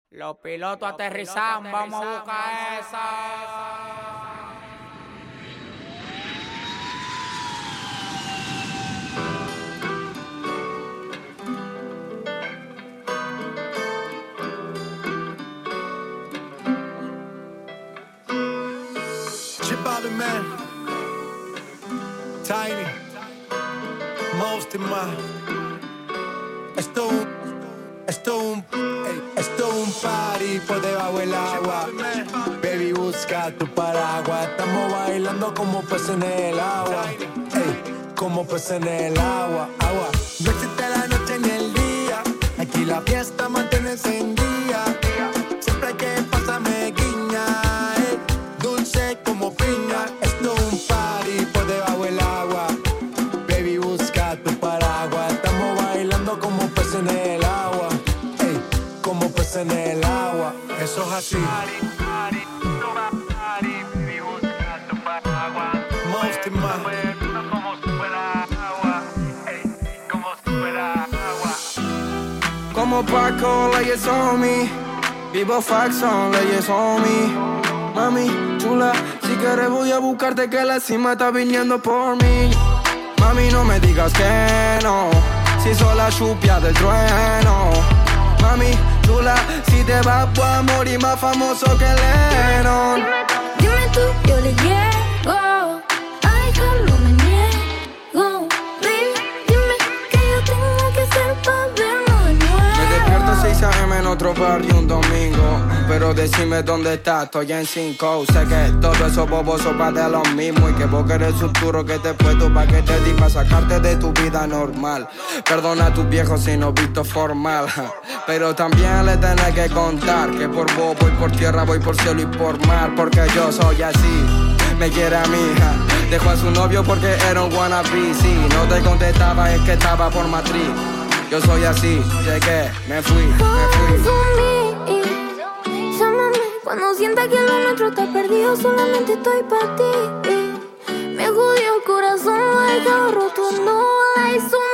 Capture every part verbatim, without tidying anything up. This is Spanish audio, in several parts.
Los pilotos aterrizan, vamos a buscar esa. Chip man, Tiny, Most in my. Esto un, esto un, esto un party por debajo del agua. Baby, busca tu paraguas. Estamos bailando como peces en el agua. Ey, como peces en el agua, agua. No existe la noche ni el día. Aquí la fiesta mantiene encendida. Siempre hay que pasarme guiña. Ey, dulce como piña. Esto un party por debajo del agua. Baby, busca tu paraguas. Estamos bailando como peces en el agua. Ey, como peces en el agua. Eso es así. Most in my. Como Paco, leyes on me. Vivo Faxon, leyes on me. Mami, chula, si quieres voy a buscarte que la cima está viniendo por mí. Mami, no me digas que no, si soy la chupia del trueno. Mami, chula, si te vas voy a morir más famoso que Lennon. Dime tú, yo le llego, a dejarlo me niego. Baby, dime que yo tengo que hacer pa' vernos de nuevo. Me despierto seis a eme en otro barrio un domingo, pero decime dónde estás, estoy en cinco. Sé que todo eso bobos son pa' de lo mismo, y que vos querés futuro que te puesto pa' que te di pa' sacarte de tu vida normal. Perdona a tus viejos si no visto formal, pero también le tenés que contar que por vos voy por tierra, voy por cielo y por mar, porque yo soy así. Me quiere a mi hija, dejó a su novio porque era un wannabe. Si no te contestaba es que estaba por matriz. Yo soy así, llegué, me fui, me fui. Llámame cuando sienta que lo nuestro está perdido. Solamente estoy para ti. Me jodió el corazón, lo he dejado roto. No lies on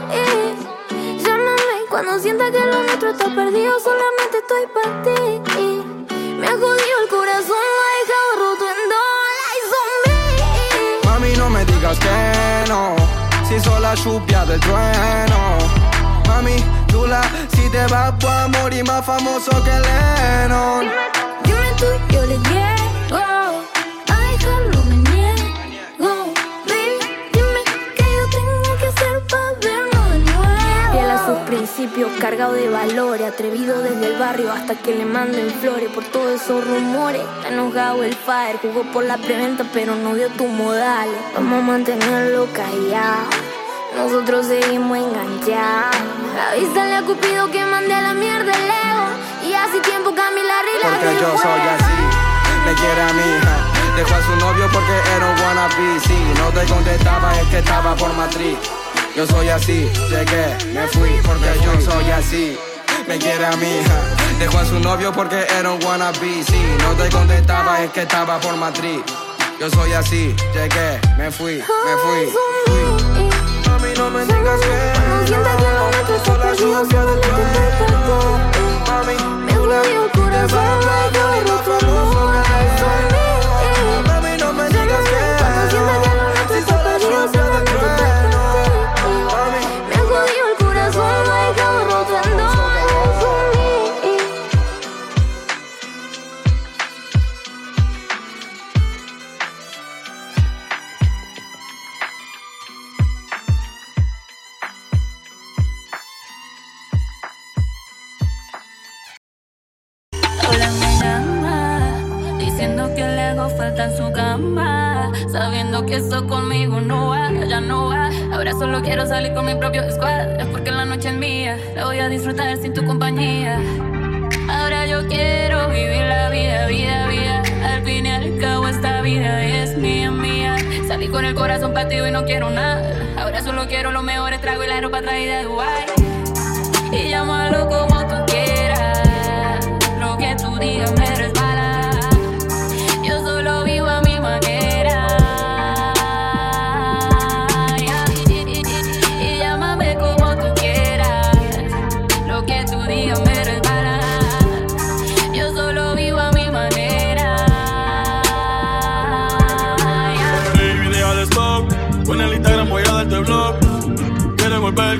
me. Llámame cuando sienta que lo nuestro está perdido. Solamente estoy para ti. Me jodió el corazón, lo he dejado roto. No lies on me. Mami, no me digas que no, si soy la chupia del trueno. Mami, chula, si te vas voy a morir más famoso que Lennon. Dime, dime tú, yo le llego, a dejarlo me niego. Baby, dime que yo tengo que hacer pa' vernos de nuevo. Fiel a sus principios, cargado de valores, atrevido desde el barrio hasta que le manden flores. Por todos esos rumores, está enojado el fire. Jugó por la preventa pero no dio tus modales. Vamos a mantenerlo callado, nosotros seguimos enganchados. Avísale a Cupido que mande a la mierda el ego. Y hace tiempo Camila Rila. Porque yo soy así, me quiere a mi hija, dejó a su novio porque era un wannabe. Si no te contestaba es que estaba por matriz. Yo soy así, llegué, me fui, porque yo soy así. Me quiere a mi hija, dejó a su novio porque era un wannabe. Si no te contestaba es que estaba por matriz. Yo soy así, llegué, me fui, me fui, fui. Mami, no me digas que no sienta que lo nuestro está perdido. Solamente estoy para ti. Mami, me jodió el corazón, lo he dejado roto. No lies on me. Mami, no me digas que no sienta que lo nuestro está perdido. Solamente estoy para ti. Me jodió el corazón, lo he dejado roto. No lies on me. Falta en su cama, sabiendo que eso conmigo no va, ya no va. Ahora solo quiero salir con mi propio squad. Es porque la noche es mía, la voy a disfrutar sin tu compañía. Ahora yo quiero vivir la vida, vida, vida. Al fin y al cabo esta vida es mía, mía. Salí con el corazón partido y no quiero nada. Ahora solo quiero los mejores tragos y la ropa traída de Dubai. Y llámalo como tú quieras, lo que tú digas me resbala. Yo solo vivo a mi manera. Y, y, y, y llámame como tú quieras, lo que tú digas me resbala.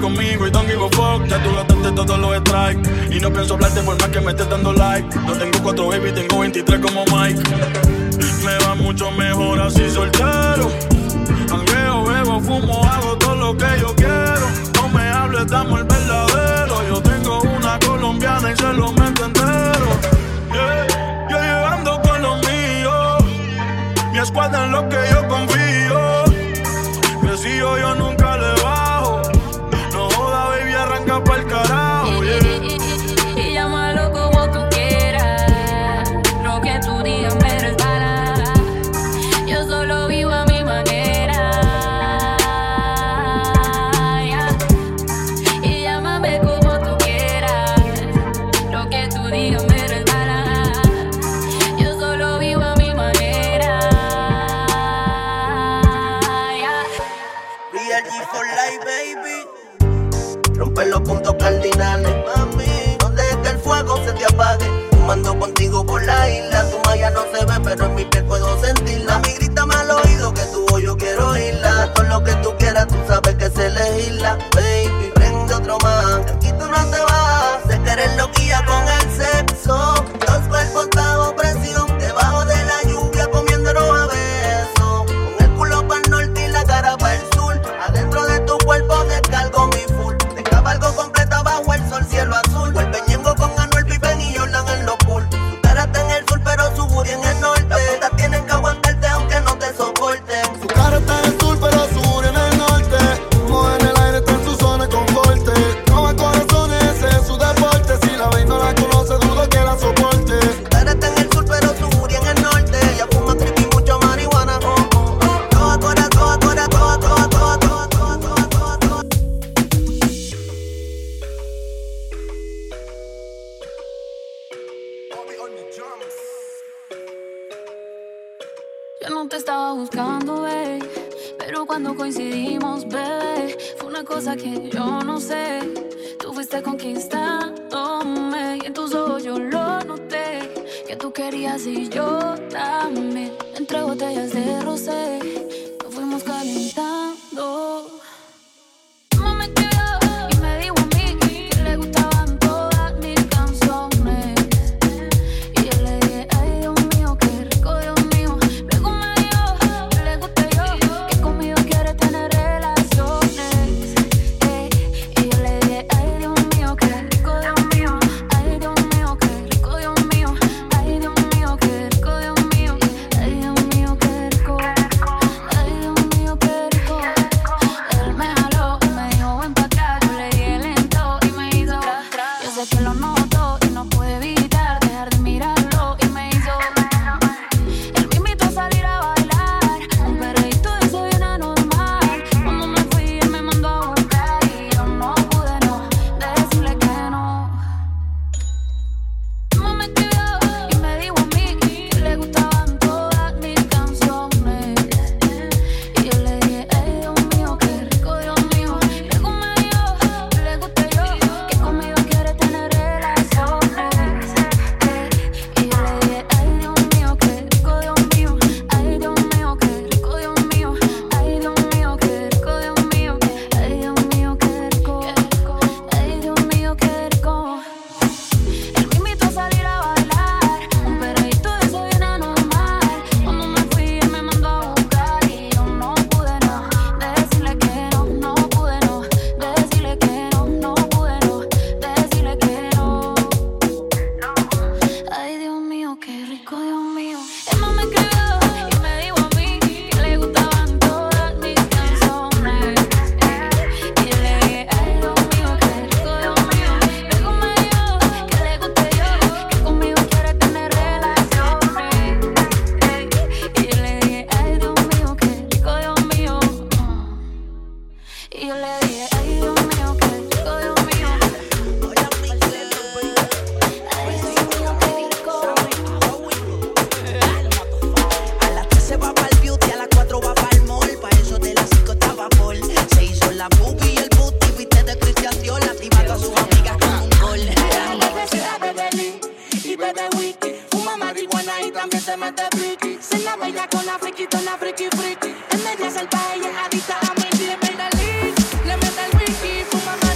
conmigo y don't give a fuck. Ya tú gastaste todos los strikes y no pienso hablarte por más que me estés dando like. No tengo cuatro baby, tengo veintitrés como Mike. Me va mucho mejor así soltero. Jangueo, bebo, fumo, hago todo lo que yo quiero. No me hables, dame el verdadero. Yo tengo una colombiana y se lo meto entero. Yeah. Yo llegando con los míos, mi escuadra en lo que yo confío. Que si yo, yo nunca le bajo. No joda, baby, arranca pa'l carajo. Yeah. Y, y, y llámalo como tú quieras. Lo que tú digas me resbala. Yo solo vivo a mi manera. Yeah. Y llámame como tú quieras. Lo que tú digas me resbala. Yo solo vivo a mi manera. Yeah. B L G for life, baby. Rompe los puntos cardinales, mami. No dejes que el fuego se te apague. Fumando contigo por la isla. Tu malla no se ve, pero en mi piel puedo sentirla. Mami, grítame al oído que tu voz yo quiero oírla. Todo lo que tú quieras, tú sabes que se legisla. Baby, prende otro más. Que aquí tú no te vas. Sé que eres loquilla con el sexo. Dos cuerpos bajo presión. Debajo de la lluvia comiéndonos a besos. Con el culo para el norte y la cara para el sur. Adentro de tu cuerpo descargo mi full. Te cabalgo completa bajo el sol, cielo azul. Vuelve ñengo con Anuel, Pippen y Jordan en los pool. Su cara está en el sur, pero su booty en el norte. Las putas tienen que aguantarte aunque no te soporten. Su cara está en el sur, pero su booty en el norte. Como en el aire está en su zona de confort. Roba corazones, ese es su deporte. Si la veis no la conoce, dudo que la soporte. Su cara está en el sur, pero su booty en el norte. Ella fuma creepy, mucho marihuana. Oh, oh, oh. Coja, cora, coja, cora, coja, coja, coja, coja, coja, coja, coja, coja. Yo no te estaba buscando, babe, pero cuando coincidimos, bebé, fue una cosa que yo no sé. Tú fuiste conquistándome y en tus ojos yo lo noté. Que tú querías y yo también. Entre botellas de rosé nos fuimos calentando. Mamá me escribió y me dijo a mí que le gustaban todas mis canciones. Y yo le dije, ay Dios mío, qué rico, Dios mío. Luego me dijo que le gusté yo, que conmigo quiere tener relaciones. eh. Y yo le dije, ay Dios mío, qué rico, Dios mío. Ay Dios mío, qué rico, Dios mío. Ay Dios mío, qué rico, Dios mío. Ay Dios mío, qué rico. Ay Dios mío, qué rico. Él me jaló y me dijo ven pa' acá. Yo le dije lento y me hizo. Yo sé que lo noto y no pude evitar dejar de mirarlo y me hizo. Él me invitó a salir a bailar, un perreíto de eso bien anormal. Cuando me fui él me mandó a buscar y yo no pude no decirle que no. Mamá me escribió y me dijo a mí que le gustaban todas mis canciones. Y yo le dije, ay Dios mío, qué rico, Dios mío. Luego me dijo que le gusté yo, que conmigo quiere tener relaciones. Y yo le dije, ay Dios mío, qué rico, Dios mío. Ay Dios mío, qué rico, Dios mío. Ay Dios mío, qué rico, Dios mío. Ay Dios mío, qué rico. Ay Dios mío, qué rico. Él me invitó a salir a bailar, un perreíto de eso bien anormal. Cuando me fui él me mandó a buscar y yo no pude no decirle que no, no pude no decirle que no, no pude no decirle que no. Ay Dios mío, qué rico, Dios mío. Él no me escribió y me dijo a mí que le gustaban todas mis canciones. Y yo le dije, ay Dios mío, qué rico, Dios mío. Luego me dijo que le gusté yo, que conmigo quiere tener relaciones. Y yo le dije, ay Dios mío, qué rico, Dios mío. Y yo le dije, ay Dios mío, qué rico, Dios mío. Ay Dios mío, qué rico. A las tres se va pa'l beauty, a las cuatro va pa'l mall. Pa' eso de las cinco estaba full. Se hizo la boobie y el booty, viste de Christian Dior. La activa a todas sus amigas con un gol. Vestida Bebe Lee y Bebe Wiki. Fuma marihuana y también se mete friki. Se la bella con la friquitona friki friki. En media selva ella es adicta a mí. Le mete el lean, le mete el wiki. Fuma marihuana.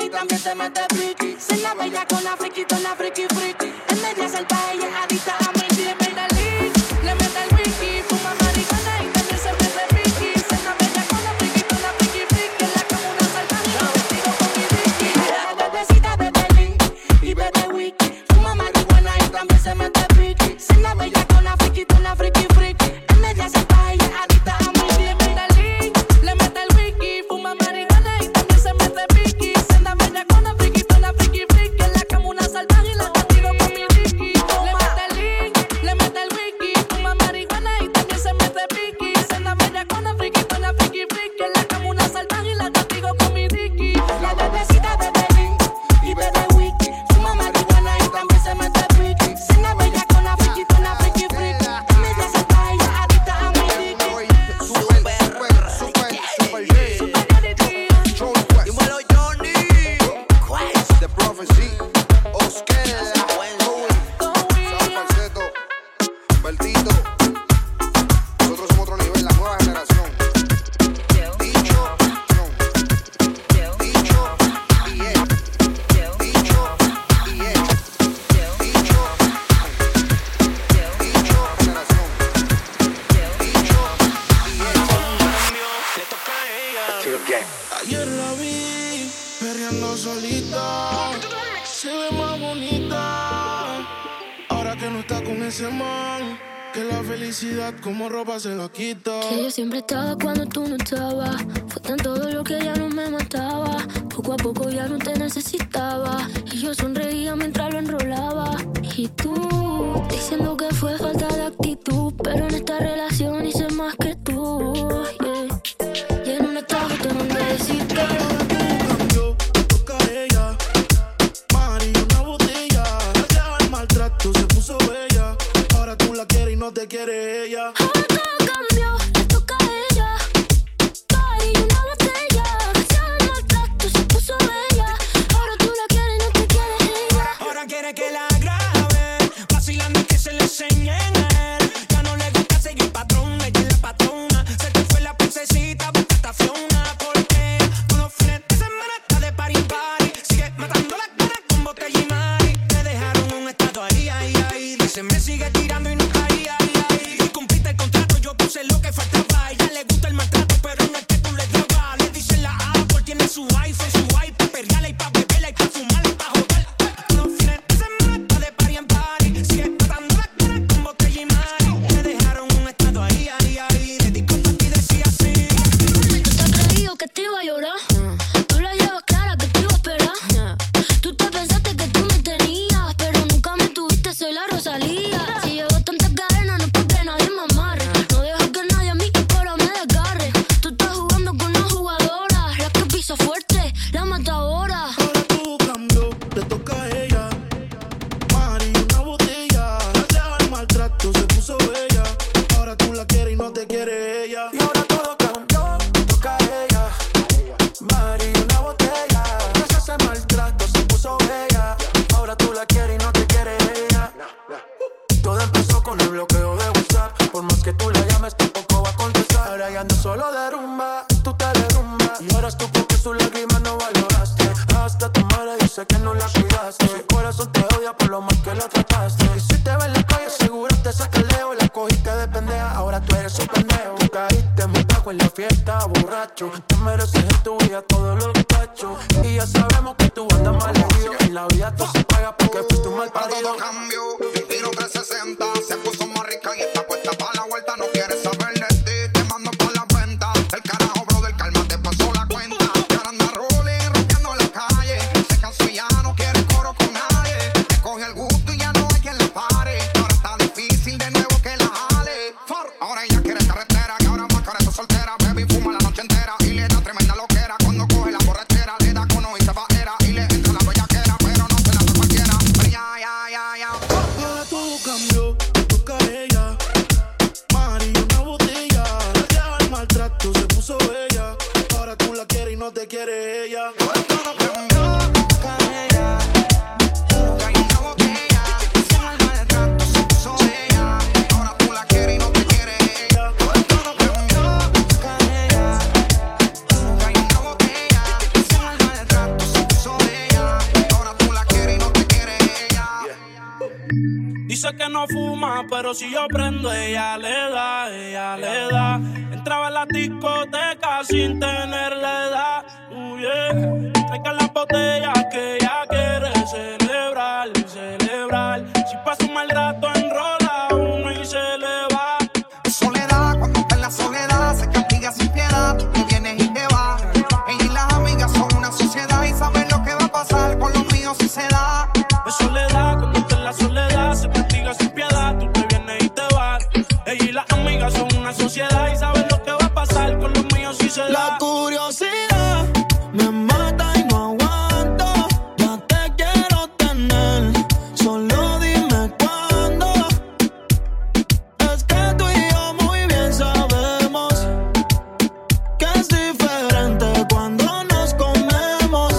y también se mete friki. Se la bella con la friquitona, friki, friki. En media selva ella es adicta a mí. Le mete el link, le mete el wiki. Fuma marihuana y también se mete friki. Se la bella con la friquitona, friki, friki. En la cama una salvaje y contigo con mi Ricky. La bebecita bebe link y bebe wiki. Fuma marihuana y también se mete friki. Se la bella con la friquitona, friki, friki. En media selva ella es adicta a mí. Le mete el link, le mete el wiki. Fuma marihuana y también se mete friki. Se la bella con la friquitona, friki, friki. En la cama una salvaje y la contigo con mi Ricky. Le mete el link, le mete el wiki. Fuma marihuana y también se mete friki. Se la bella con la friquitona, friki, friki. En la cama una salvaje y la contigo con mi Ricky. La bebecita bebe link y bebe wiki. Fuma marihuana y también se mete friki. Se la bella con la friquitona, friki, friki. En media salvaje ella adicta a mi Ricky. Super, super, super, super J. Troll Quest. Dímelo, Johnny. Quest. The Prophecy. Oscar. San Falseto. Bertito. Nosotros somos otro nivel, la nueva generación. Dicho. Dicho. Y hecho. Dicho. Y hecho. Dicho. Dicho. Generación. Dicho. Y hecho. Ayer la vi perreando solita, se ve más bonita. Ahora que no está con ese man, que la felicidad como ropa se lo quita. Que yo siempre estaba cuando tú no estabas. Fue tan todo lo que ya no me mataba. Poco a poco ya no te necesitaba. Y yo sonreía mientras lo enrolaba. Y tú, diciendo que fue falta de actitud. Pero en esta relación hice más que tú, yeah. Y en un estado te mandé a decir que Cambió, toca a ella. Mari, una botella. Gracias al maltrato se puso bella. Ahora tú la quieres y no te quiere ella. ahora todo cambió, le toca a ella. Mari, una botella. Gracias al maltrato se puso bella. Ahora tú la quieres y no te quiere ella. Ahora quiere que la grabe, vacilando y que se le enseñen a él. Ya no le gusta seguir patrón, ella es la patrona. Se te fue la princesita, busca estaciona. Porque todos los fines de semana está de party en party. Sigue matando las ganas con botella y mari. Te dejaron un estado ahí, ahí, ahí. Dice me sigue tirando y no caí, ahí, ahí. Y cumpliste el contrato, yo puse lo que faltaba. A ella le gusta el maltrato, pero no es que tú le dabas. Le dicen la Apple, tiene su iPhone, su iPad, perreala y pa' beberla y pa' fumarla y pa' joder. Todos los fines de semana está de party en party. Sigue matando las ganas con botella y mari. Te dejaron un estado ahí, ahí, ahí. De discoteca y decía así. Tú te has creído que te iba a llorar. Tú la llevas clara que te iba a esperar. Tú te pensaste que tú me tenías, pero nunca me tuviste, soy la Rosalía. Si llevo tantas cadenas no es porque nadie me amarre. No dejo que nadie a mí ahora me desgarre. Tú estás jugando con una jugadora, la que pisa fuerte, la matadora. Ahora todo cambió, le toca a ella. Mari, una botella. Gracias al maltrato se puso bella. Ahora tú la quieres y no te quiere ella. Y ahora todo cambió, le toca a ella. Mari, una botella. Gracias al maltrato se puso bella. Ahora tú la quieres y no te quiere ella. Todo empezó con el bloqueo de WhatsApp. Por más que tú la llames, tampoco va a contestar. Ahora ya ando solo de rumba, tú te derrumbas. Y ahora es tú porque sus lágrimas no valoraste. Hasta tu madre dice que no la cuidaste. Su corazón te odia por lo mal que la trataste. Y si te ve en la calle, seguro te saca el leo. La cogiste de pendeja, ahora tú eres un pendejo. Tú caíste montado en la fiesta, borracho. Te mereces en tu vida todos los cachos. Y ya sabemos que tú andas mal herido. En la vida todo se paga porque fuiste un mal parido. Todo cambió, un tiro trescientos sesenta. Se puso más rica y está puesta para la vuelta. No quieres saber de ti, te mando pa' la cuenta. El carajo, brother, calma, te pasó la cuenta. Y ahora anda rolling, rompiendo la calle. Se cansó y ya no quiere coro con nadie. Te coge el gusto y ya no hay quien la pare. Ahora está difícil de nuevo que la jale. Ahora ella quiere carretera, que ahora más cara está soltera. Baby fuma la noche entera y le da tremenda loquera. Cuando coge la borrachera, le da cono y se va era. Y le entra la bellaquera, pero no se la da cualquiera. Pero ya, ya, ya, ya. Ahora todo cambió, le toca a ella. Mari, una botella. dice que no fuma, pero si yo prendo, ella le da, ella le da. Entraba en la discoteca sin tener la edad. Uh, yeah. Traigan las botellas que ella quiere celebrar, celebrar. Si pasa un mal rato, enrola uno y se le va. Soledad, cuando está en la soledad, se castiga sin piedad. Tú te vienes y te vas. Ella y las amigas son una sociedad y saben lo que va a pasar con los míos si se da. De soledad, cuando está en la soledad, se castiga sin piedad. Tú te vienes y te vas. Ella y las amigas son una sociedad y saben lo que va a pasar con los míos si se da. La curiosidad me mata y no aguanto. Ya te quiero tener, solo dime cuándo. Es que tú y yo muy bien sabemos que es diferente cuando nos comemos.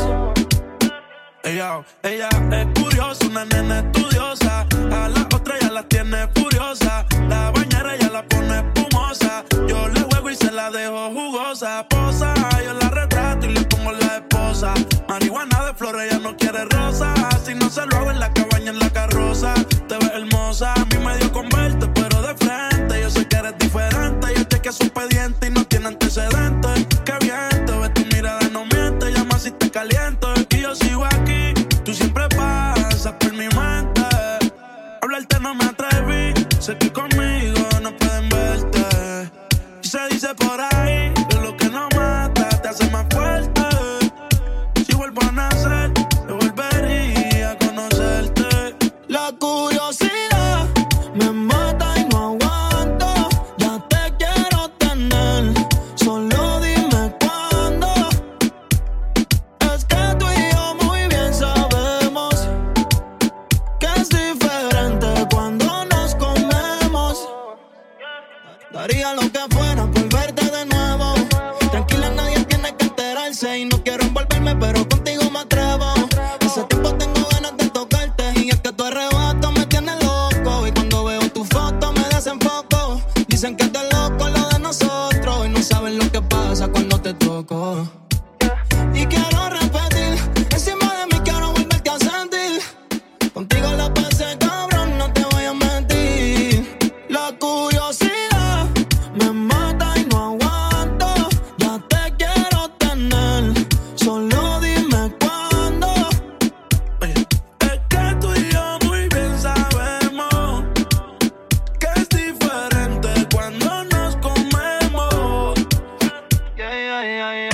Ella, ella es curiosa, una nena estudiosa. A la otra ya la tiene furiosa. La bañera ya la pone espumosa. Yo le juego y se la dejo jugosa. Posa, yo la retrato y le pongo la esposa. Marihuana de flores, ella no quiere rosa. Si no se lo hago en la cabaña, en la carroza. Te ves hermosa, a mí me dio con verte, pero de frente. Yo sé que eres diferente. Yo chequeé su expediente y no tiene antecedentes. Qué bien, te ves tu mirada, no miente. Llama si te caliento y yo sigo aquí. Tú siempre pasas por mi mente. Hablarte no me atreví. Sé que conmigo no pueden verte. Y se dice por ahí que lo que no mata te hace más fuerte. Si vuelvo a nacer, yo volvería a conocerte. La curiosidad me mata y no aguanto. Ya te quiero tener, solo dime cuándo. Es que tú y yo muy bien sabemos que es diferente cuando nos comemos. Daría lo que fuera por verte de nuevo. Tranquila, nadie tiene que enterarse. Y no quiero envolverme, pero contigo me atrevo. Hace tiempo tengo ganas de tocarte. Y es que tu arrebato me tiene loco. Y cuando veo tu foto me desenfoco. Dicen que es de loco lo de nosotros. Y no saben lo que pasa cuando te toco. Y quiero repetir, encima de mí quiero volverte a sentir. Contigo la pasé cabrón, no te voy a mentir. La curiosidad me mata y no aguanto. Ya te quiero tener, solo dime cuándo. Oye, es que tú y yo muy bien sabemos que es diferente cuando nos comemos. Yeah, yeah, yeah, yeah.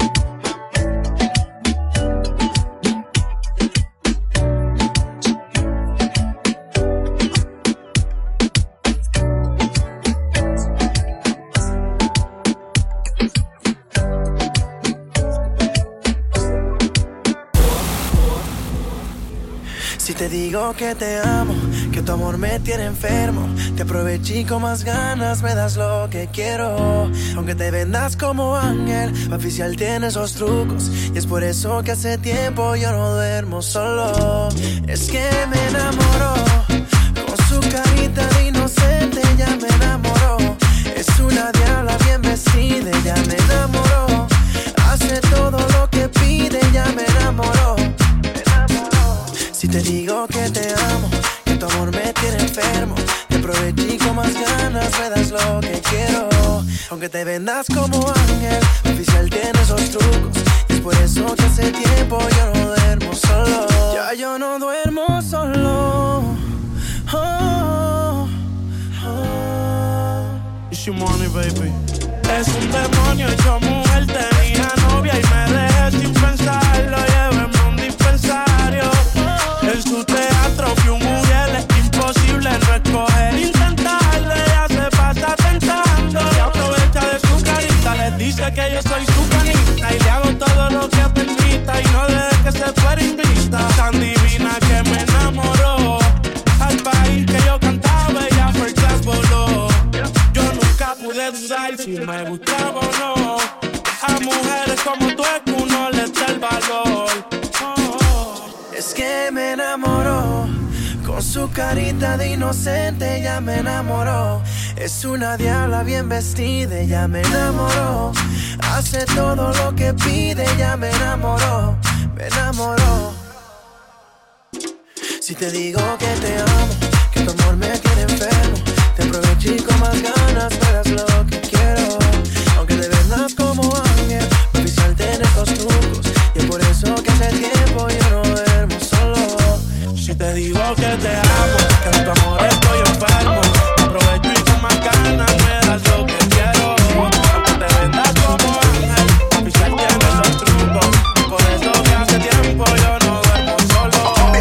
Si te digo que te amo, que tu amor me tiene enfermo, te aproveché con más ganas, me das lo que quiero. Aunque te vendas como ángel, oficial tiene esos trucos. Y es por eso que hace tiempo yo no duermo solo. Es que me enamoró, con su carita de inocente ya me enamoró. Es una diabla bien vestida, ya me enamoró. Hace todo lo que pide, ya me enamoró. Si te digo que te amo, que tu amor me tiene enfermo, te aproveché con más ganas, me das lo que quiero. Aunque te vendas como ángel, oficial tiene esos trucos. Y es por eso que hace tiempo yo no duermo solo. Ya yo no duermo solo. Oh, oh. It's your money, baby. Es un demonio hecho mujer, tenía novia y me dejé sin pensarlo. Lléveme a un dispensario. En su teatro fui un mujer, es imposible no escoger. Intentarle, ella se pasa tentando. Se aprovecha de su carita, les dice que yo soy su canita. Y le hago todo lo que permita y no deje que se fuera invista. Tan divina que me enamoró. Al país que yo cantaba, ella first class voló. Yo nunca pude dudar si me gustaba o no. A mujeres como tú es que uno les da el valor. Es que me enamoró, con su carita de inocente ya me enamoró. Es una diabla bien vestida, ya me enamoró. Hace todo lo que pide, ya me enamoró, me enamoró. Si te digo que te amo, que tu amor me tiene enfermo. Te aprovecho y con más ganas me das lo que quiero. Aunque de verdad como ángel, oficial en estos trucos. Y es por eso que hace tiempo yo no duermo solo. Si te digo que te amo, que en tu amor estoy enfermo. Te aprovecho y con más ganas me das lo que quiero. Aunque te vendas como ángel, oficial tiene esos trucos. Y por eso que hace tiempo yo no duermo solo.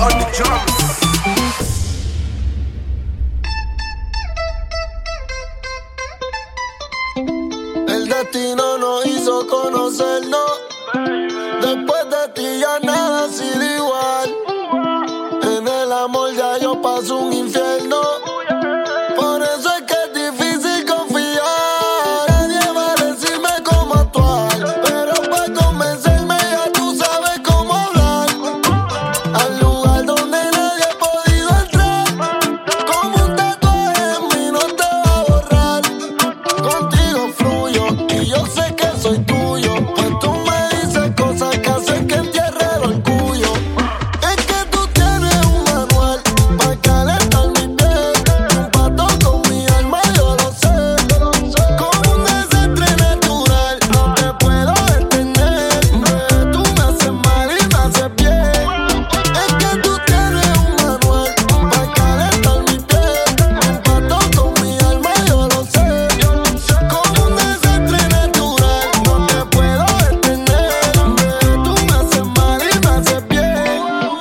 El destino nos hizo conocernos. Después de ti ya nada ha sido igual. En el amor ya yo paso un infierno. Por eso es que es difícil confiar. Nadie va a decirme cómo actuar, pero para convencerme ya tú sabes cómo hablar. Al lugar donde nadie ha podido entrar. Como un tatuaje en mí no te va a borrar. Contigo fluyo y yo sé que soy tuyo. Pues tú me dices cosas que hacen que entierre el orgullo. Es que tú tienes un manual para calentar mi piel. Un pato con mi alma yo lo sé. Como un desastre natural no te puedo detener. Bebé, tú me haces mal y me haces bien. Es que tú tienes un manual para calentar mi piel. Un pato con mi alma yo lo sé. Como un desastre natural no te puedo detener. Bebé, tú me haces mal y me haces bien.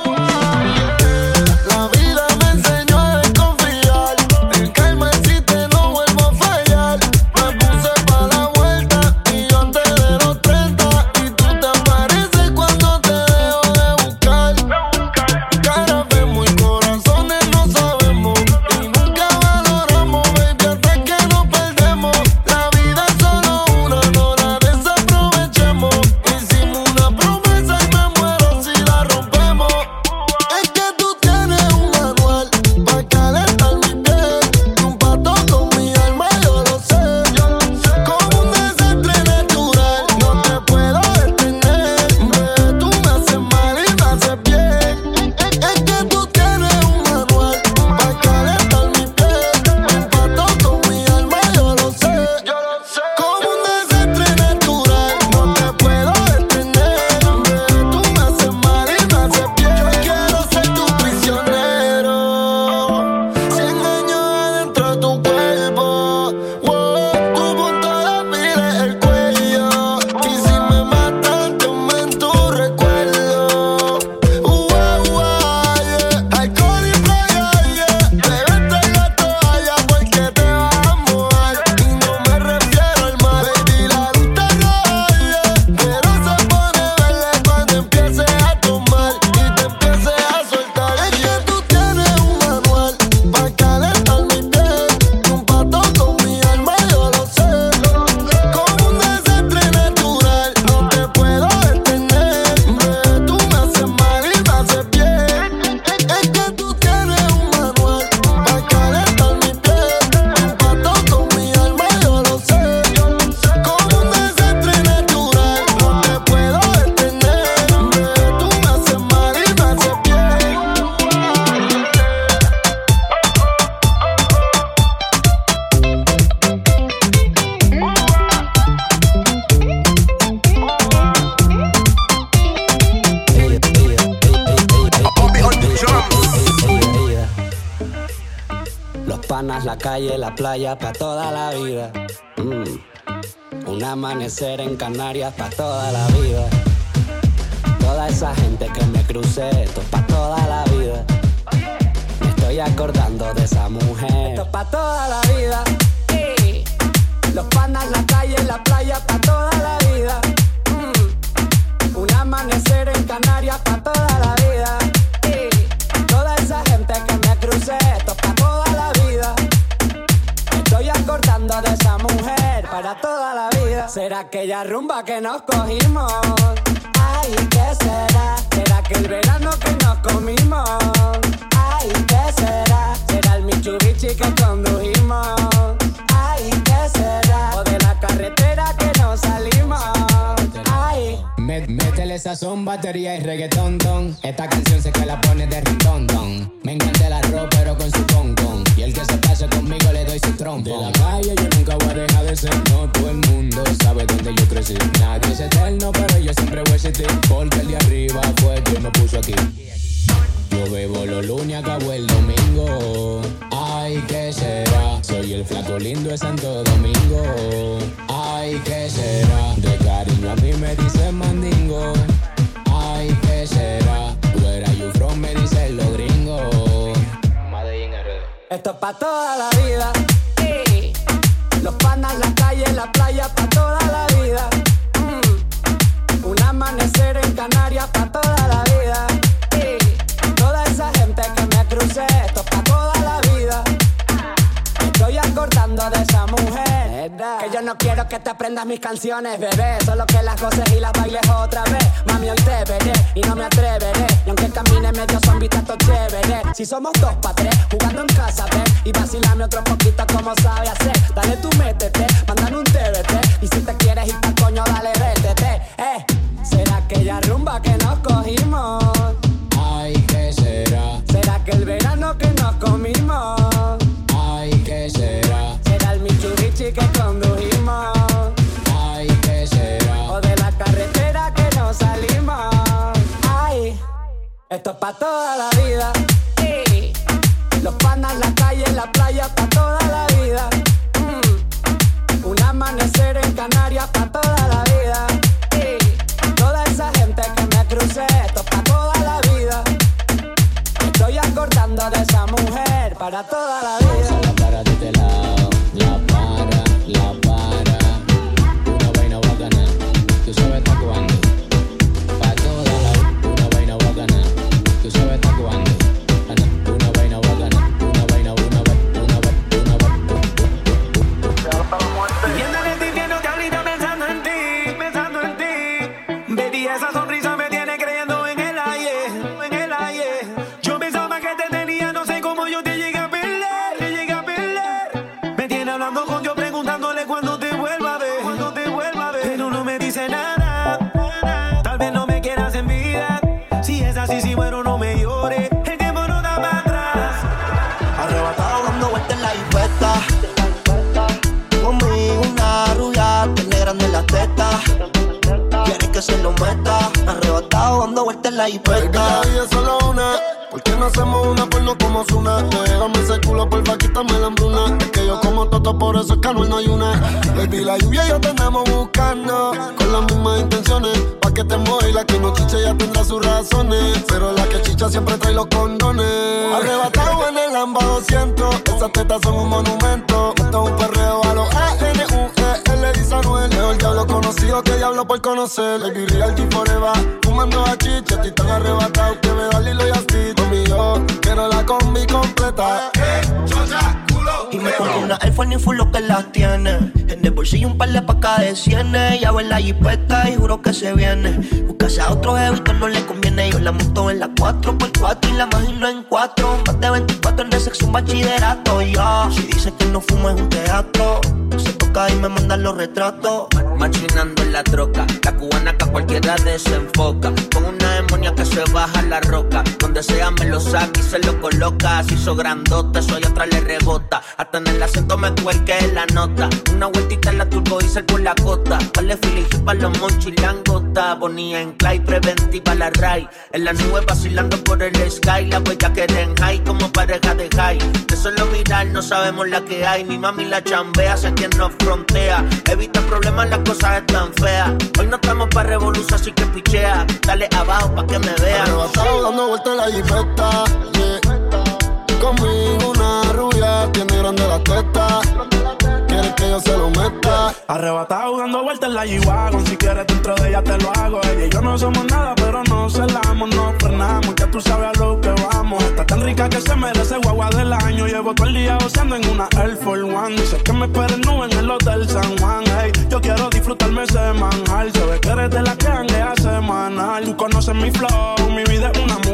La vida me enseñó a desconfiar. El karma existe, no vuelvo a fallar. Me puse pa' la vuelta y yo antes de los treinta. Y tú te apareces cuando te dejo de buscar. Caras vemos y corazones no sabemos. Y nunca valoramos, baby, hasta que nos perdemos. La vida es solo una, no la desaprovechemos. Hicimos una promesa y me muero si la rompemos. Es que tú tienes un manual para calentar mi piel. Y un pato con mi alma yo lo sé. Como un desastre natural no te puedo detener. Bebé, tú me haces mal y me haces bien. Es que tú tienes un manual para calentar mi piel. Un pato con mi alma yo lo sé. Como un desastre natural no te puedo detener. Bebé, tú me haces mal y me haces bien. Yo quiero ser tu prisionero. Cien años adentro de tu cuerpo. Wow, tu punto de piel es el cuello. Y si me matan, toma en tu recuerdo. Wow, wow, yeah. Alcohol y playa, yeah. Bebé, entrega toalla porque te vas a mojar. Y no me refiero al mar. Baby, la luz está roja, yeah. Pero se pone verde cuando empieces a tomar. Y te empieces a soltar. Es que tú tienes un manual para calentar mi piel. Y un pato con mi alma yo lo sé. Como un desastre natural no te puedo detener. Bebé, tú me haces mal y me haces bien. Es que tú tienes un manual para calentar mi piel. Un pato con mi alma yo lo sé. Como un desastre natural no te puedo detener. Bebé, tú me haces mal y me haces bien. Los panas, la calle, la playa, pa' toda la vida. Mm. Un amanecer en Canarias, pa' toda la vida. Toda esa gente que me crucé, esto es pa' toda la vida. Me estoy acordando de esa mujer. Esto es pa' toda la vida. Sí. Los panas, la calle, la playa, pa' toda la vida. Mm. Un amanecer en Canarias, pa' toda la vida. Sí. Toda esa gente que me crucé, esto es pa' toda la vida. Me estoy acordando de esa mujer para toda la vida. ¿Será aquella rumba que nos cogimos? Ay, ¿qué será? ¿Será que el verano que nos comimos? Ay, ¿qué será? ¿Será el Mitsubishi que condujimos? Ay, ¿qué será? ¿O de la carretera que nos salimos? Ay, Métele esa Estas son batería y reggaetón, ton. Esta canción sé que la pone de ritón, ton. Me encanta el arroz, pero con su con, con. Y el que se pase conmigo le doy su trompo. De la calle yo nunca voy a dejar de ser. No todo el mundo sabe dónde yo crecí. Nadie es eterno, pero yo siempre voy a existir. Porque el de arriba fue quien me puso aquí. Yo bebo los lunes, acabo el domingo. Ay, ¿qué será? Soy el flaco lindo de Santo Domingo. Ay, ¿qué será? De cariño a mí me dicen mandingo. Ay, ¿qué será? Where are you from? Me dicen los gringos. Esto es pa' toda la vida. Sí. Los panas, la calle, la playa, pa' toda la vida. Mm. Un amanecer en Canarias, pa' toda la vida. Toda esa gente que me crucé, esto es pa' toda la vida. Me estoy acordando de esa mujer. Que yo no quiero que te aprendas mis canciones, bebé. Solo que las goces y las bailes otra vez. Mami, hoy te veré y no me atreveré. Y aunque camine medio zombie, tanto chévere. Si somos dos pa' tres, jugando en casa, ven. Y vacilame otro poquito como sabe hacer. Dale tú, métete, mándame un T V T. Y si te quieres ir pa'l coño, dale, rétete. Eh, será aquella rumba que nos cogimos. Ay, ¿qué será? ¿Será que el verano que nos comimos? Ay, ¿qué será? ¿Será el Mitsubishi que condujimos? Ay, ¿qué será? ¿O de la carretera que nos salimos? Ay, esto es pa' toda la vida. Sí. Los panas, la calle, la playa, pa' toda la vida. Mm. Un amanecer en Canarias, pa' toda la vida. Sí. Toda esa gente que me crucé, esto es pa' toda la vida. Estoy acordando de esa mujer para toda la vida. La para de este lado, la para, la para. Una vaina bacana, tú sabes hasta cuándo. Pa' toda la vida, una vaina bacana, tú sabes hasta cuándo. Una vaina bacana, una vaina, una vaina, una vaina, una vaina. Viendo en ti, viéndote ahorita pensando en ti, pensando en ti. Baby, esa sonrisa me tiene creyendo en el ayer, en el ayer. Yo pensaba que te tenía, no sé cómo yo te llegué a perder, te llegué a perder. Me tiene hablando con Dios, preguntándole cuándo te vuelva a ver, cuándo te vuelva a ver. Pero no me dice nada, tal vez no me quieras en vida. Si es así, si bueno, no me llores. El tiempo no da para atrás. Arrebatado dando vueltas en la infesta. Conmigo una rubia, tiene grande la teta. Quiere que se lo meta. Arrebatado dando vueltas en la infesta. La vida es solo una. ¿Por qué no hacemos una porno como Zuna? Déjame ese culo, porfa, quítame la hambruna. Es que yo como toto, por eso es que no hay una. Baby, la lluvia y yo te andamos buscando con las mismas intenciones. Pa' que te mueva y la que no chicha ya tendrá sus razones. Pero la que chicha siempre trae los condones. Arrebatado en el Lamba doscientos. Esas tetas son un monumento. Esto es un perreo a los A N U E L, dice Anuel. Mejor diablo conocido que diablo por conocer. Baby, real G forever. Fumando a chicha, estoy tan arrebatado que me da Lilo y Asti. Conmigo, quiero la combi completa. Y me pongo una Air Force ni full lo que las tiene. En el bolsillo un par de pacas de cienes. Ya en la jipeta y juro que se viene. Buscase a otro jevito no le conviene. Yo la monto en la cuatro por cuatro y la imagino en cuatro. Más de veinticuatro en de sexo un bachillerato. Ya, si dice que no fumo es un teatro. Se toca y me mandan los retratos. Machinando en la troca, la cubana que a cualquiera desenfoca. Con una demonia que se baja la roca. Donde sea me lo saca y se lo coloca. Así hizo grandote, eso y otra le rebota. Hasta en el acento me cuelque la nota. Una vueltita en la turbo hice por la costa. Vale filijí pa' los monchis langota. Bonía en clay, preventiva la ray. En la nube vacilando por el sky. La huella que en high como pareja de high. De solo mirar no sabemos la que hay. Mi mami la chambea, sé quién nos frontea. Evita problemas, las cosas están feas. Hoy no estamos pa' revolución, así que pichea. Dale abajo pa' que me vean. Arrebatado dando vueltas en la jipeta, yeah. Conmigo una rubia, tiene grande la teta. Quiere que yo se lo meta. Arrebatado dando vueltas en la G-Wagon. Si quieres dentro de ella te lo hago. Ella y yo no somos nada, pero no celamos, no frenamos. Ya tú sabes a lo que vamos. Está tan rica que se merece guagua del año. Llevo todo el día goceando en una Air Force One. Dice que me esperen nube en el Hotel San Juan. Hey, yo quiero disfrutarme semanal. Se ve que eres de la que janguea semanal. Tú conoces mi flow, mi vida es una movie. Dice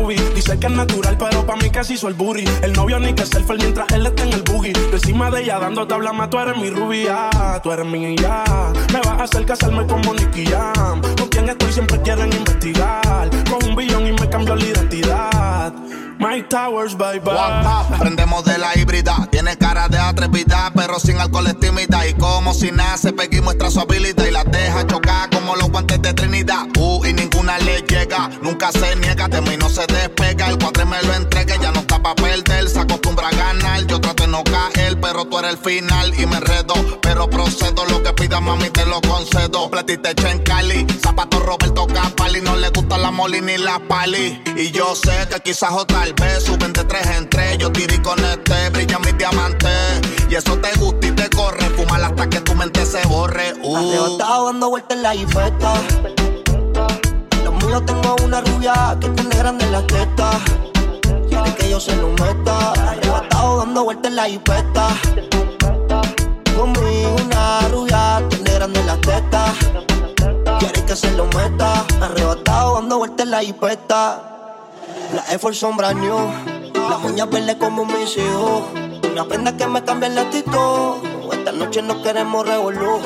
sé que es natural, pero pa' mí que se hizo el booty. El novio ni que selfie mientras él está en el boogie. Yo encima de ella dando tabla más, tú eres mi rubia, tú eres mi ya. Me vas a hacer casarme como Nicky Jam. Con quien estoy siempre quieren investigar. Con un billón y me cambió la identidad. Mike Towers, bye bye. Prendemos de la híbrida. Tiene cara de atrevida, pero sin alcohol es tímida. Y como si nace, Peggy y muestra su habilidad. Y la deja chocar como los guantes de Trinidad. Uh, y ninguna le llega. Nunca se niega, de mí no se despega. El cuadre me lo entrega, ya no está pa' perder. Se acostumbra a ganar, yo trato de no caer. Pero tú eres el final y me enredo. Pero procedo, lo que pidas mami te lo concedo. Platiste en Cali, zapato Roberto Capali. No le gusta la moli ni la pali. Y yo sé que quizás otra vez suben de tres en tres. Yo tiré con este, brilla mis diamantes. Y eso te gusta y te corre. Fumar hasta que tu mente se borre. uh. Arrebatado dando vueltas en la jipeta. Los míos tengo una rubia que tiene grande las tetas. Quiere que yo se lo meta. Arrebatado dando vueltas en la jipeta. Conmigo una rubia tiene grande las tetas. Quiere que se lo meta. Arrebatado dando vueltas en la jipeta. La Air Force son brand new. Las uñas verdes como mis hijos. Una prenda que me cambia el actitud. Esta noche no queremos revolú.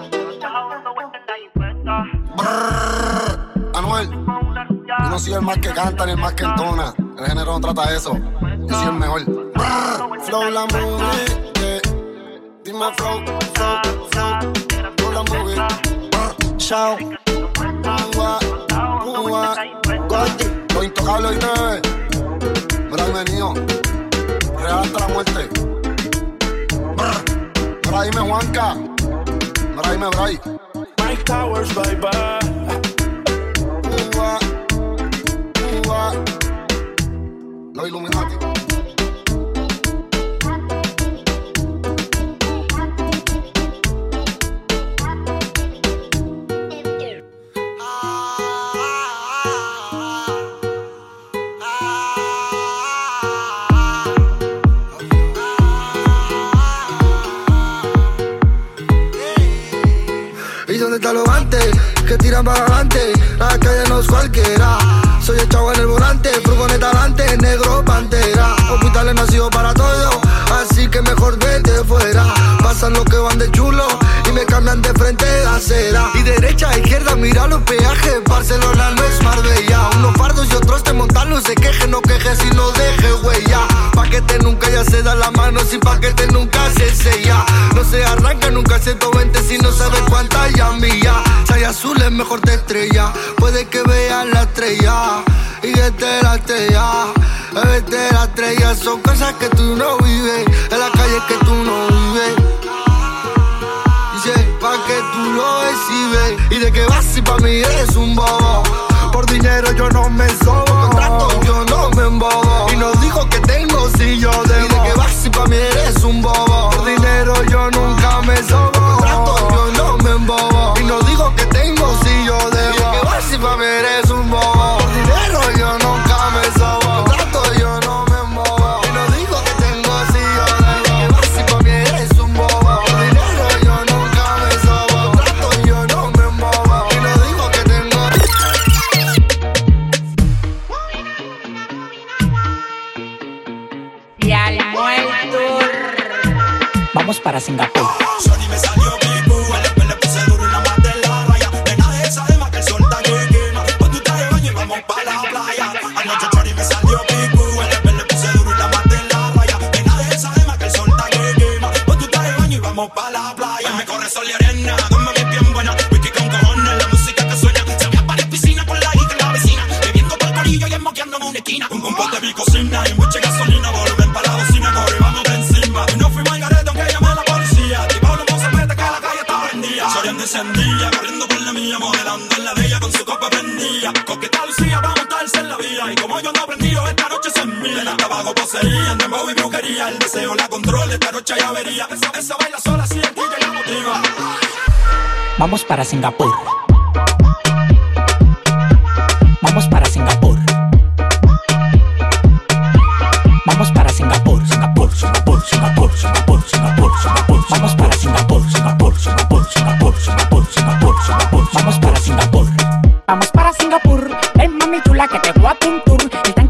Anuel, yo no soy el más que canta ni el más que entona. El género no trata eso. Yo soy el mejor. Brrr. Flow la movie, yeah. Dime flow, flow, flow. Flow la movie. Brrr. Chao. Ua, ua. Goldie. Lo intocable hoy nueve. Mira ahí venido. Real hasta la muerte. Brr. Mira ahí me Juanca. Mira ahí me Bray. Mike Towers, bye bye. Ua, ua. Los Illuminati. ¿Dónde están los guantes que tiran para adelante? La calle no es cualquiera. Soy el chavo en el volante, furgoneta adelante, negro pantera. Hospitales nacidos para todo, así que mejor vete fuera. Pasan los que van de chulo y me cambian de frente de acera. Y derecha a izquierda, mira los peajes. Barcelona no es Marbella. Unos fardos y otros te montan, no se quejen, no quejes y no dejes huella. Paquete nunca ya se da la mano, sin paquete nunca se sella. No se arranca nunca ciento veinte si no sabes cuántas ya milla. Si azul es mejor te estrella, puede que veas la estrella y vete la estrella. Vete la estrella, son cosas que tú no vives, en la calle que tú no vives. Dice, pa' que tú lo recibes. Y de que vas si pa' mí eres un bobo. Por dinero yo no me sobo, contrato yo no me embobo. Y no digo que tengo si yo debo. Y de que vas si pa' mí eres un bobo. Por dinero yo nunca me sobo, contrato yo no me embobo. Y no digo que tengo si yo debo. Y de que vas si pa' mí eres un bobo. Por dinero yo nunca me sobo, contrato yo no me embobo. Y no digo que tengo si yo debo. Y de que vas si pa' mí eres un bobo. Por dinero yo nunca me sobo, contrato yo no me embobo. Y no digo que tengo. Y al muerto. Vamos para Singapur. Shorty me salió pipu, al después le puse duro una más de la raya. Nena de esa ema que el sol está que quema. Pues tú traes baño y vamos pa' la playa. Anoche Shorty me salió pipu, al después le puse duro una más de la raya. Nena de esa ema que el sol está que quema. Pues tú traes baño y vamos pa' la playa. Me corre sol y arena, duerme bien bien buena. Whisky con cojones, la música que suena. Se ve a pared piscina con la hija y la vecina. Bebiendo por el corillo y esmoqueando en una esquina. Un compote de mi cocina y mucha gasolina. Volumen pa' la bocina, corre vamos de encima. Y no fuimos al garete aunque llamé a la policía. Y Pablo no se mete que la calle está prendida. Shorty descendía, corriendo por la mía, modelando en la de ella con su copa prendía. Coqueta lucía para montarse en la vía. Y como yo no prendido, esta noche se mía. El tabaco poseía, dembow y brujería. El deseo la controla, esta noche ya vería. Esa, esa baila sola, si el D J la motiva. Vamos para Singapur. Vamos para Singapur. Vamos para Singapur, Singapur, Singapur, Singapur, Singapur, Singapur, Singapur. Vamos para Singapur, Singapur, Singapur, Singapur, Singapur, Singapur, Singapur. Vamos para Singapur. Vamos para Singapur. Ven mami chula que te voy a un tour. El tanque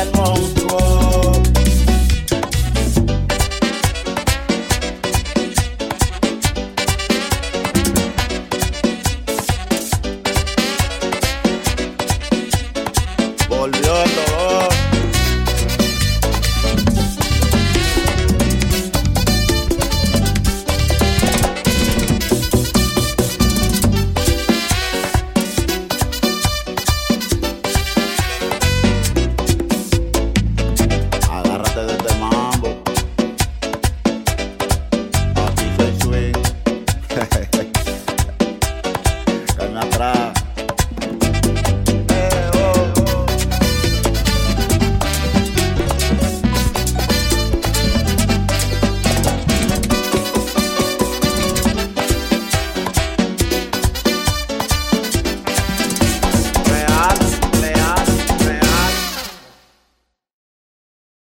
el mojón.